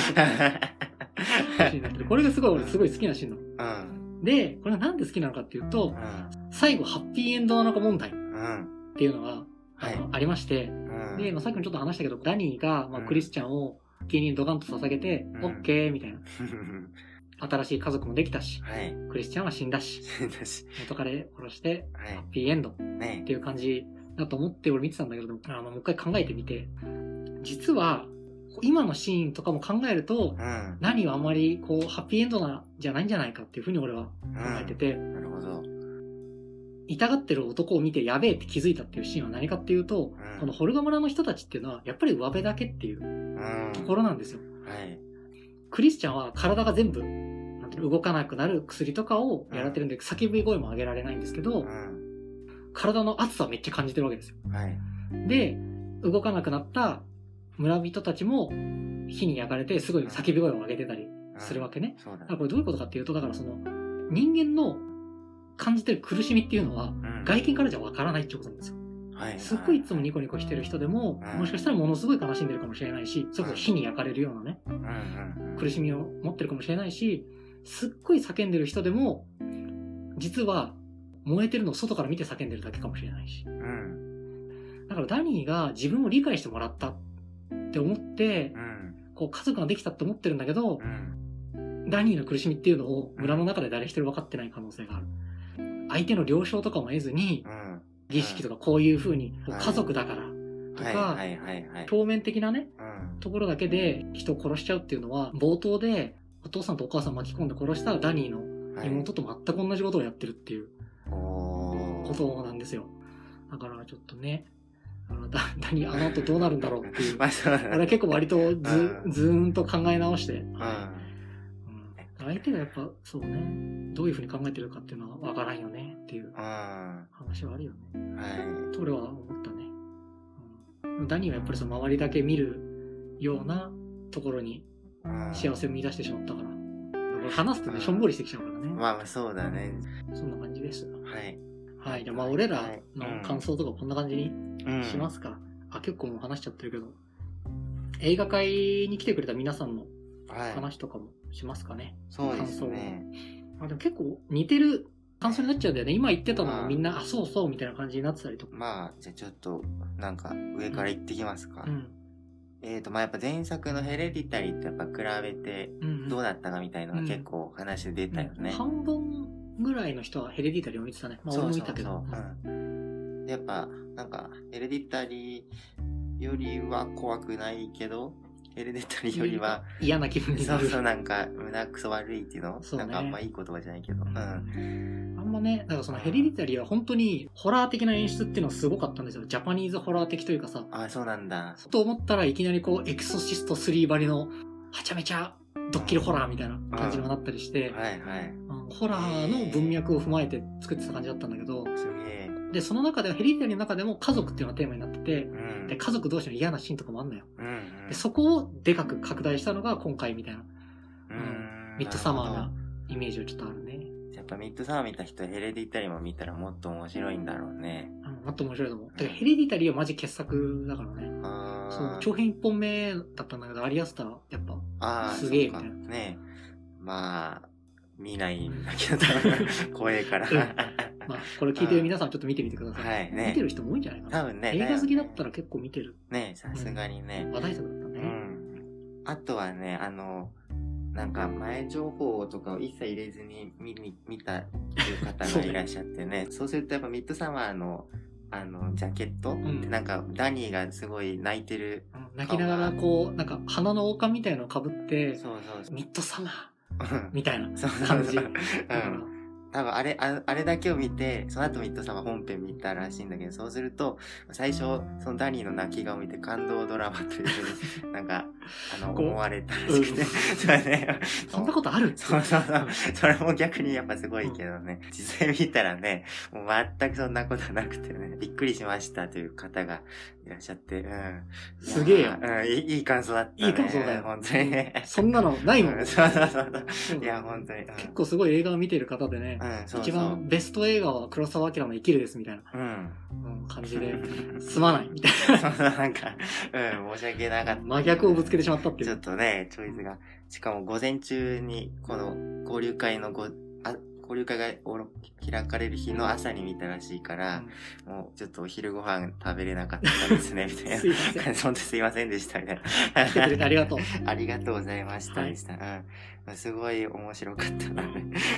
な。これが俺すごい好きなシーンなの。で、これはなんで好きなのかっていうと、最後ハッピーエンドなのか問題っていうのがありまして、で、さっきもちょっと話したけど、ダニーがクリスチャンを芸人にドカンと捧げて、オッケーみたいな。新しい家族もできたし、クリスチャンは死んだし、元彼殺して、ハッピーエンドっていう感じだと思って俺見てたんだけど、もう一回考えてみて、実は、今のシーンとかも考えると、何はあまりハッピーエンドじゃないんじゃないかっていうふうに俺は考えてて、 なるほど。 痛がってる男を見てやべえって気づいたっていうシーンは何かっていうと、このホルガ村の人たちっていうのは、やっぱり上辺だけっていうところなんですよ。クリスチャンは体が全部、なんていうの、動かなくなる薬とかをやられてるんで、叫び声も上げられないんですけど、体の熱さをめっちゃ感じてるわけですよ。で、動かなくなった村人たちも火に焼かれてすごい叫び声を上げてたりするわけね。だからこれどういうことかっていうと、だからその人間の感じてる苦しみっていうのは、外見からじゃわからないってことなんですよ。すっごいいつもニコニコしてる人でも、もしかしたらものすごい悲しんでるかもしれないし、それこそ火に焼かれるようなね、苦しみを持ってるかもしれないし、すっごい叫んでる人でも、実は燃えてるのを外から見て叫んでるだけかもしれないし。だからダニーが自分を理解してもらったって思って、家族ができたって思ってるんだけど、ダニーの苦しみっていうのを村の中で誰一人分かってない可能性がある。相手の了承とかも得ずに、儀式とかこういう風に、家族だからとか、表面的なね、ところだけで人を殺しちゃうっていうのは、冒頭でお父さんとお母さん巻き込んで殺したダニーの妹と全く同じことをやってるっていうことなんですよ。だからちょっとね、ダニーあの後どうなるんだろうっていう。俺は結構割とずーんと考え直して、相手がやっぱそうね、どういうふうに考えてるかっていうのは分からんよねっていう話はあるよね。と俺は思ったね。ダニーはやっぱりその周りだけ見るようなところに幸せを見出してしまったから。話すとね、しょんぼりしてきちゃうからね。 まあそうだね。 そんな感じです。はい。じゃあ俺らの感想とかこんな感じにしますか。結構もう話しちゃってるけど。映画会に来てくれた皆さんの話とかもしますかね。 そうですね。 でも結構似てる感想になっちゃうんだよね。今言ってたのはみんな、そうそうみたいな感じになってたりとか。 じゃあちょっと、なんか上から言ってきますか。やっぱ前作のヘレディタリーとやっぱ比べてどうだったかみたいなのが結構話出たよね。 半分ぐらいの人はヘレディタリーを見てたね。俺も見たけど。 やっぱ、なんか、ヘレディタリーよりは怖くないけど、ヘレディタリーよりは、 嫌な気分になる。 そうそう、なんか、胸くそ悪いっていうの、 そうね、 なんかあんまいい言葉じゃないけど。うん。 あんまね、だからそのヘレディタリーは本当にホラー的な演出っていうのはすごかったんですよ。ジャパニーズホラー的というかさ。 あ、そうなんだ。 と思ったらいきなりこう、エクソシスト3ばりの、はちゃめちゃドッキリホラーみたいな感じになったりして、 はいはい。 ホラーの文脈を踏まえて作ってた感じだったんだけど、 すげえ。 で、その中ではヘレディタリーの中でも家族っていうのがテーマになってて、 うん、 で、家族同士の嫌なシーンとかもあんのよ。 うんうん、 でそこをでかく拡大したのが今回みたいな。ミッドサマーなイメージはちょっとあるね。 やっぱミッドサマー見た人はヘレディタリーも見たらもっと面白いんだろうね。 もっと面白いと思う。だからヘレディタリーはマジ傑作だからね。そう、長編1本目だったんだけど、アリアスターやっぱすげえみたいな。 ね、まあ、見ないんだけど、多分怖いから。 まあ、これ聞いてる皆さんちょっと見てみてください。 はいね。 見てる人も多いんじゃないかな。 多分ね。 映画好きだったら結構見てる。 ね、さすがにね。 話題作だったね。 あとはね、なんか前情報とかを一切入れずに見たっていう方がいらっしゃってね。そうするとやっぱミッドサマーのジャケットってなんかダニーがすごい泣いてる。 泣きながらこう、なんか鼻の王冠みたいのを被って、 そうミッドサマーみたいな感じ。 多分あれだけを見て、その後ミッドサマー本編見たらしいんだけど、そうすると、最初、そのダニーの泣き顔を見て感動ドラマというふうに、なんか、思われたらしくて。 そんなことある？ そう。それも逆にやっぱすごいけどね。実際見たらね、もう全くそんなことはなくてね、びっくりしましたという方がいらっしゃって、 すげえよ。 いい感想だったね。 いい感想だよ。 本当にね。 そんなのないもん。 そう。いや、本当に。 結構すごい映画を見てる方でね、一番ベスト映画は黒澤明の生きるですみたいな感じで、すまないみたいな。なんか、申し訳なかった。 真逆をぶつけてしまったっていう。 ちょっとね、チョイスが。しかも午前中に、この交流会が開かれる日の朝に見たらしいから、もうちょっとお昼ご飯食べれなかったですね、みたいな。本当にすいませんでした、みたいな。 来てくれてありがとう。 ありがとうございました、でした。すごい面白かったな。こ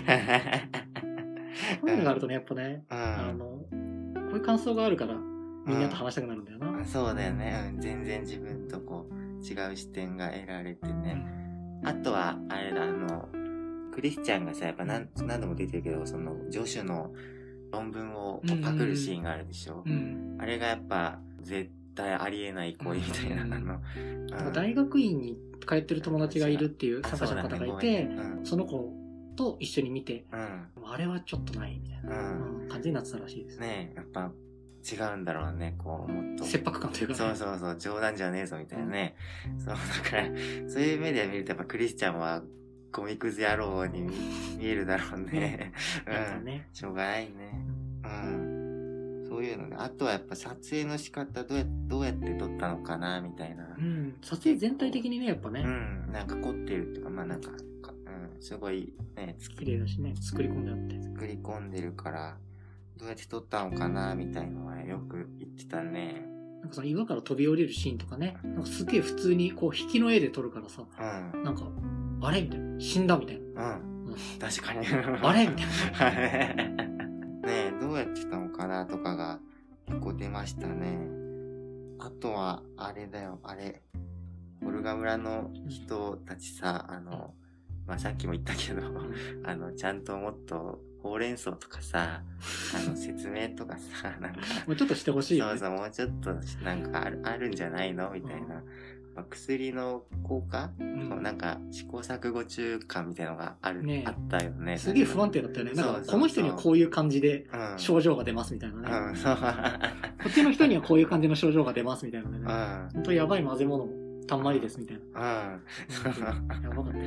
ういうのがあるとね、やっぱね、こういう感想があるから、みんなと話したくなるんだよな。 そうだよね。全然自分とこう、違う視点が得られてね。あとは、あれだ、クリスチャンがさ、やっぱ何度も出てるけど、その、助手の論文をパクるシーンがあるでしょ。あれがやっぱ、絶対ありえない行為みたいな大学院に通ってる友達がいるっていう参加者の方がいて、その子と一緒に見て、あれはちょっだないみたいな感じになってたらしいです。 ねえ、やっぱ違うんだろうね、こう、もっと。 切迫感というかね。そう、冗談じゃねえぞみたいなね。そう、だから、そういう目で見るとやっぱクリスチャンは、ゴミくず野郎に見えるだろうね。しょうがないね。そういうのね。あとはやっぱ撮影の仕方どうやって撮ったのかな、みたいな。 撮影全体的にね、やっぱね。 なんか凝ってるっていうか、まあなんか、すごいね、 綺麗だしね、作り込んであって。 作り込んでるから、どうやって撮ったのかな、みたいのはよく言ってたね。 なんかその岩から飛び降りるシーンとかね、なんかすげえ普通にこう引きの絵で撮るからさ、なんか、あれみたいな。死んだみたいな。 確かに。 あれみたいな。 ねえ、どうやってたのかなとかが結構出ましたね。あとは、あれだよ、オルガ村の人たちさ、まあ、さっきも言ったけど、ちゃんともっと、ほうれん草とかさ、説明とかさ、なんか。 もうちょっとしてほしいよね。 そう、もうちょっと、なんかあるんじゃないのみたいな。薬の効果、なんか試行錯誤中感みたいなのがあったよね。 すげえ不安定だったよね。なんかこの人にはこういう感じで症状が出ますみたいなね。こっちの人にはこういう感じの症状が出ますみたいなね。本当やばい混ぜ物たんまりですみたいな。やばかった。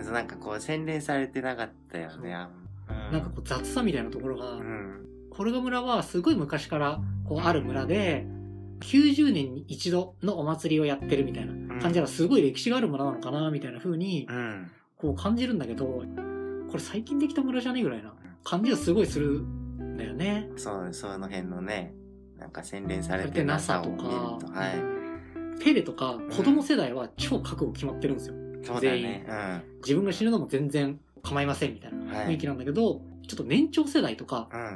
なんかこう洗練されてなかったよね。 なんかこう雑さみたいなところが、コルガ村はすごい昔からこうある村で、90年に一度のお祭りをやってるみたいな感じがすごい歴史がある村なのかなみたいな風にこう感じるんだけど、これ最近できた村じゃねえぐらいな感じがすごいするんだよね。 その辺のね、なんか洗練されてなさを見ると、 ペレとか子供世代は超覚悟決まってるんですよ。 そうだね。 自分が死ぬのも全然構いませんみたいな雰囲気なんだけど、ちょっと年長世代とか、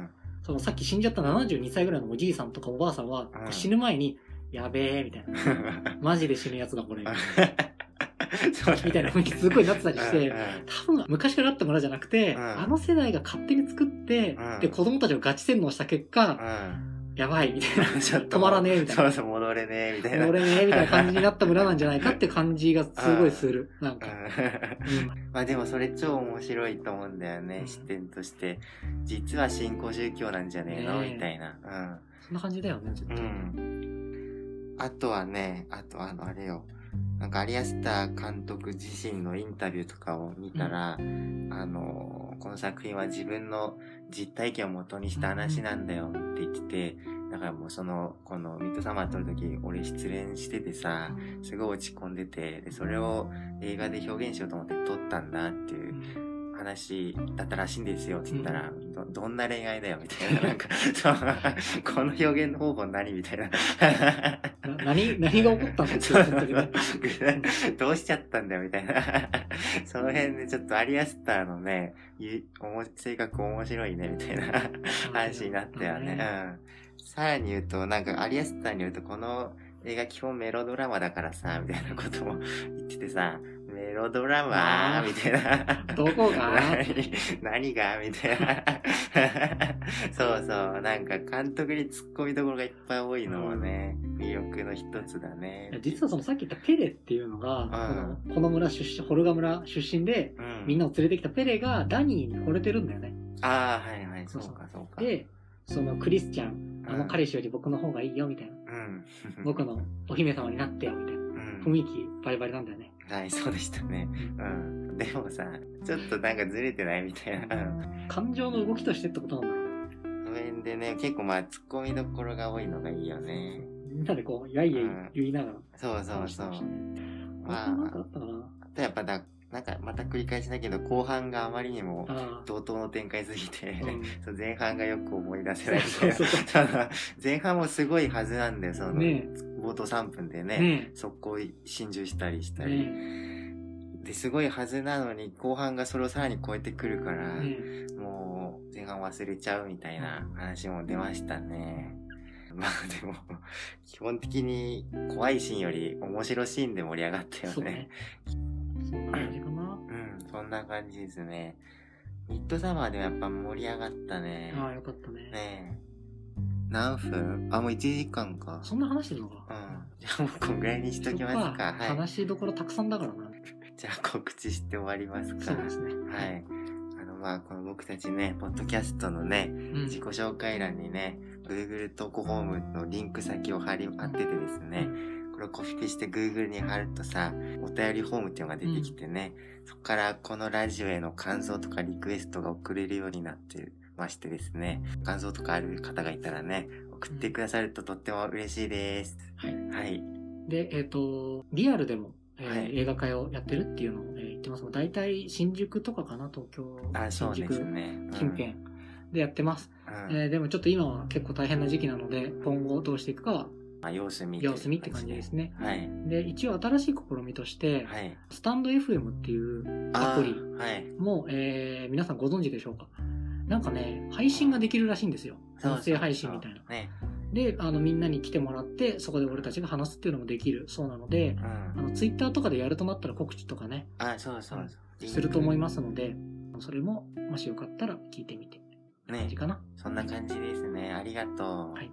そのさっき死んじゃった72歳ぐらいのおじいさんとかおばあさんは、 うん死ぬ前に、やべえ、みたいな。マジで死ぬやつだ、これ。 そうだねみたいな雰囲気すごいなってたりしてうん、 多分昔からあった村じゃなくて、 うんあの世代が勝手に作って、 うんで、子供たちをガチ洗脳した結果、やばい、みたいな。 ちょっと止まらねえみたいなそうそう、戻れねえみたいな。 俺ね、みたいな感じになった村なんじゃないかって感じがすごいする。なんか。 まあでもそれ超面白いと思うんだよね、 うん視点として。実は新興宗教なんじゃねえの、 ねえみたいな。 そんな感じだよね、絶う対。 ん。あとはね、あれよ。なんかアリアスター監督自身のインタビューとかを見たら、この作品は自分の実体験を元にした話なんだよって言ってて、だからもうこのミッドサマー撮るとき俺失恋しててさ、すごい落ち込んでて、で、それを映画で表現しようと思って撮ったんだっていう話だったらしいんですよって言ったら、どんな恋愛だよみたいな、なんか、この表現方法何みたいな。 何が起こったんだって本当にね。 どうしちゃったんだよみたいな。その辺でちょっとアリアスターのね、性格面白いねみたいな話になったよね。さらに言うと、なんかアリアスターによるとこの映画基本メロドラマだからさ、みたいなことも言っててさ、メロドラマみたいな。 どこが何がみたいな。そうそう。なんか監督に突っ込みどころがいっぱい多いのもね、魅力の一つだね。 実はそのさっき言ったペレっていうのが、この村出身、ホルガ村出身で、みんなを連れてきたペレがダニーに惚れてるんだよね。 ああ、はいはい、そうかそうか。 で、そのクリスチャン、彼氏より僕の方がいいよみたいな。僕のお姫様になってよみたいな。雰囲気バリバリなんだよね。 はい、そうでしたね。でもさ、ちょっとなんかずれてないみたいな。 感情の動きとしてってことなんだろうね。 その辺でね、結構突っ込みどころが多いのがいいよね。 みんなでこう、やいやい言いながら。 そうそうそう。 なんかあったかな。 あとやっぱなんかまた繰り返しだけど、後半があまりにも怒涛の展開すぎて、前半がよく思い出せないみたいな。前半もすごいはずなんだよ、冒頭3分でね、速攻心中したりしたり。ですごいはずなのに、後半がそれをさらに超えてくるから、もう前半忘れちゃうみたいな話も出ましたね。まあでも、基本的に怖いシーンより面白いシーンで盛り上がったよね。 そんな感じかな。 そんな感じですね。ミッドサマーでもやっぱ盛り上がったね。 ああ、よかったね。 ねえ。何分？もう1時間か。 そんな話してんのか。 じゃあもうこんぐらいにしときますか。 はい。話どころたくさんだからな。 じゃあ告知して終わりますか。 そうですね。 はい。この僕たちね、ポッドキャストのね、自己紹介欄にね、Google 投稿フォームのリンク先を貼っててですね、これをコピペして Google に貼るとさ、お便りフォームっていうのが出てきてね、そこからこのラジオへの感想とかリクエストが送れるようになってましてですね、感想とかある方がいたらね、送ってくださるととっても嬉しいです。 はい。 はい。 で、リアルでも、映画会をやってるっていうのを、言ってますが、大体新宿とかかな、東京。 そうですね。 近辺でやってます。でもちょっと今は結構大変な時期なので、今後どうしていくかは、 様子見って感じですね。 はい。 で、一応新しい試みとして、スタンド FM っていうアプリも、皆さんご存知でしょうか？なんかね、配信ができるらしいんですよ。音声配信みたいな。で、みんなに来てもらって、そこで俺たちが話すっていうのもできるそうなので、ツイッターとかでやるとなったら告知とかね、すると思いますので、それも、もしよかったら聞いてみて。感じかな。 そんな感じですね。ありがとう。 はい。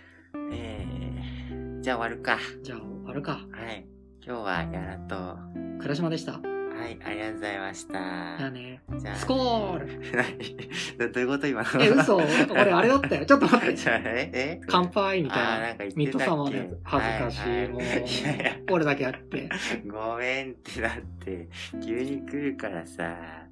じゃあ終わるか。 はい。 今日はやらと、 倉島でした。 はい、ありがとうございました。 じゃあね。 スコールどういうこと今の？ 嘘俺あれだったよ。ちょっと待って。 じゃあ乾杯みたいな。 なんか言ってたっけ？ ミッドサマーのやつ。恥ずかしい。もう。俺だけあって。 ごめんってだって、急に来るからさ。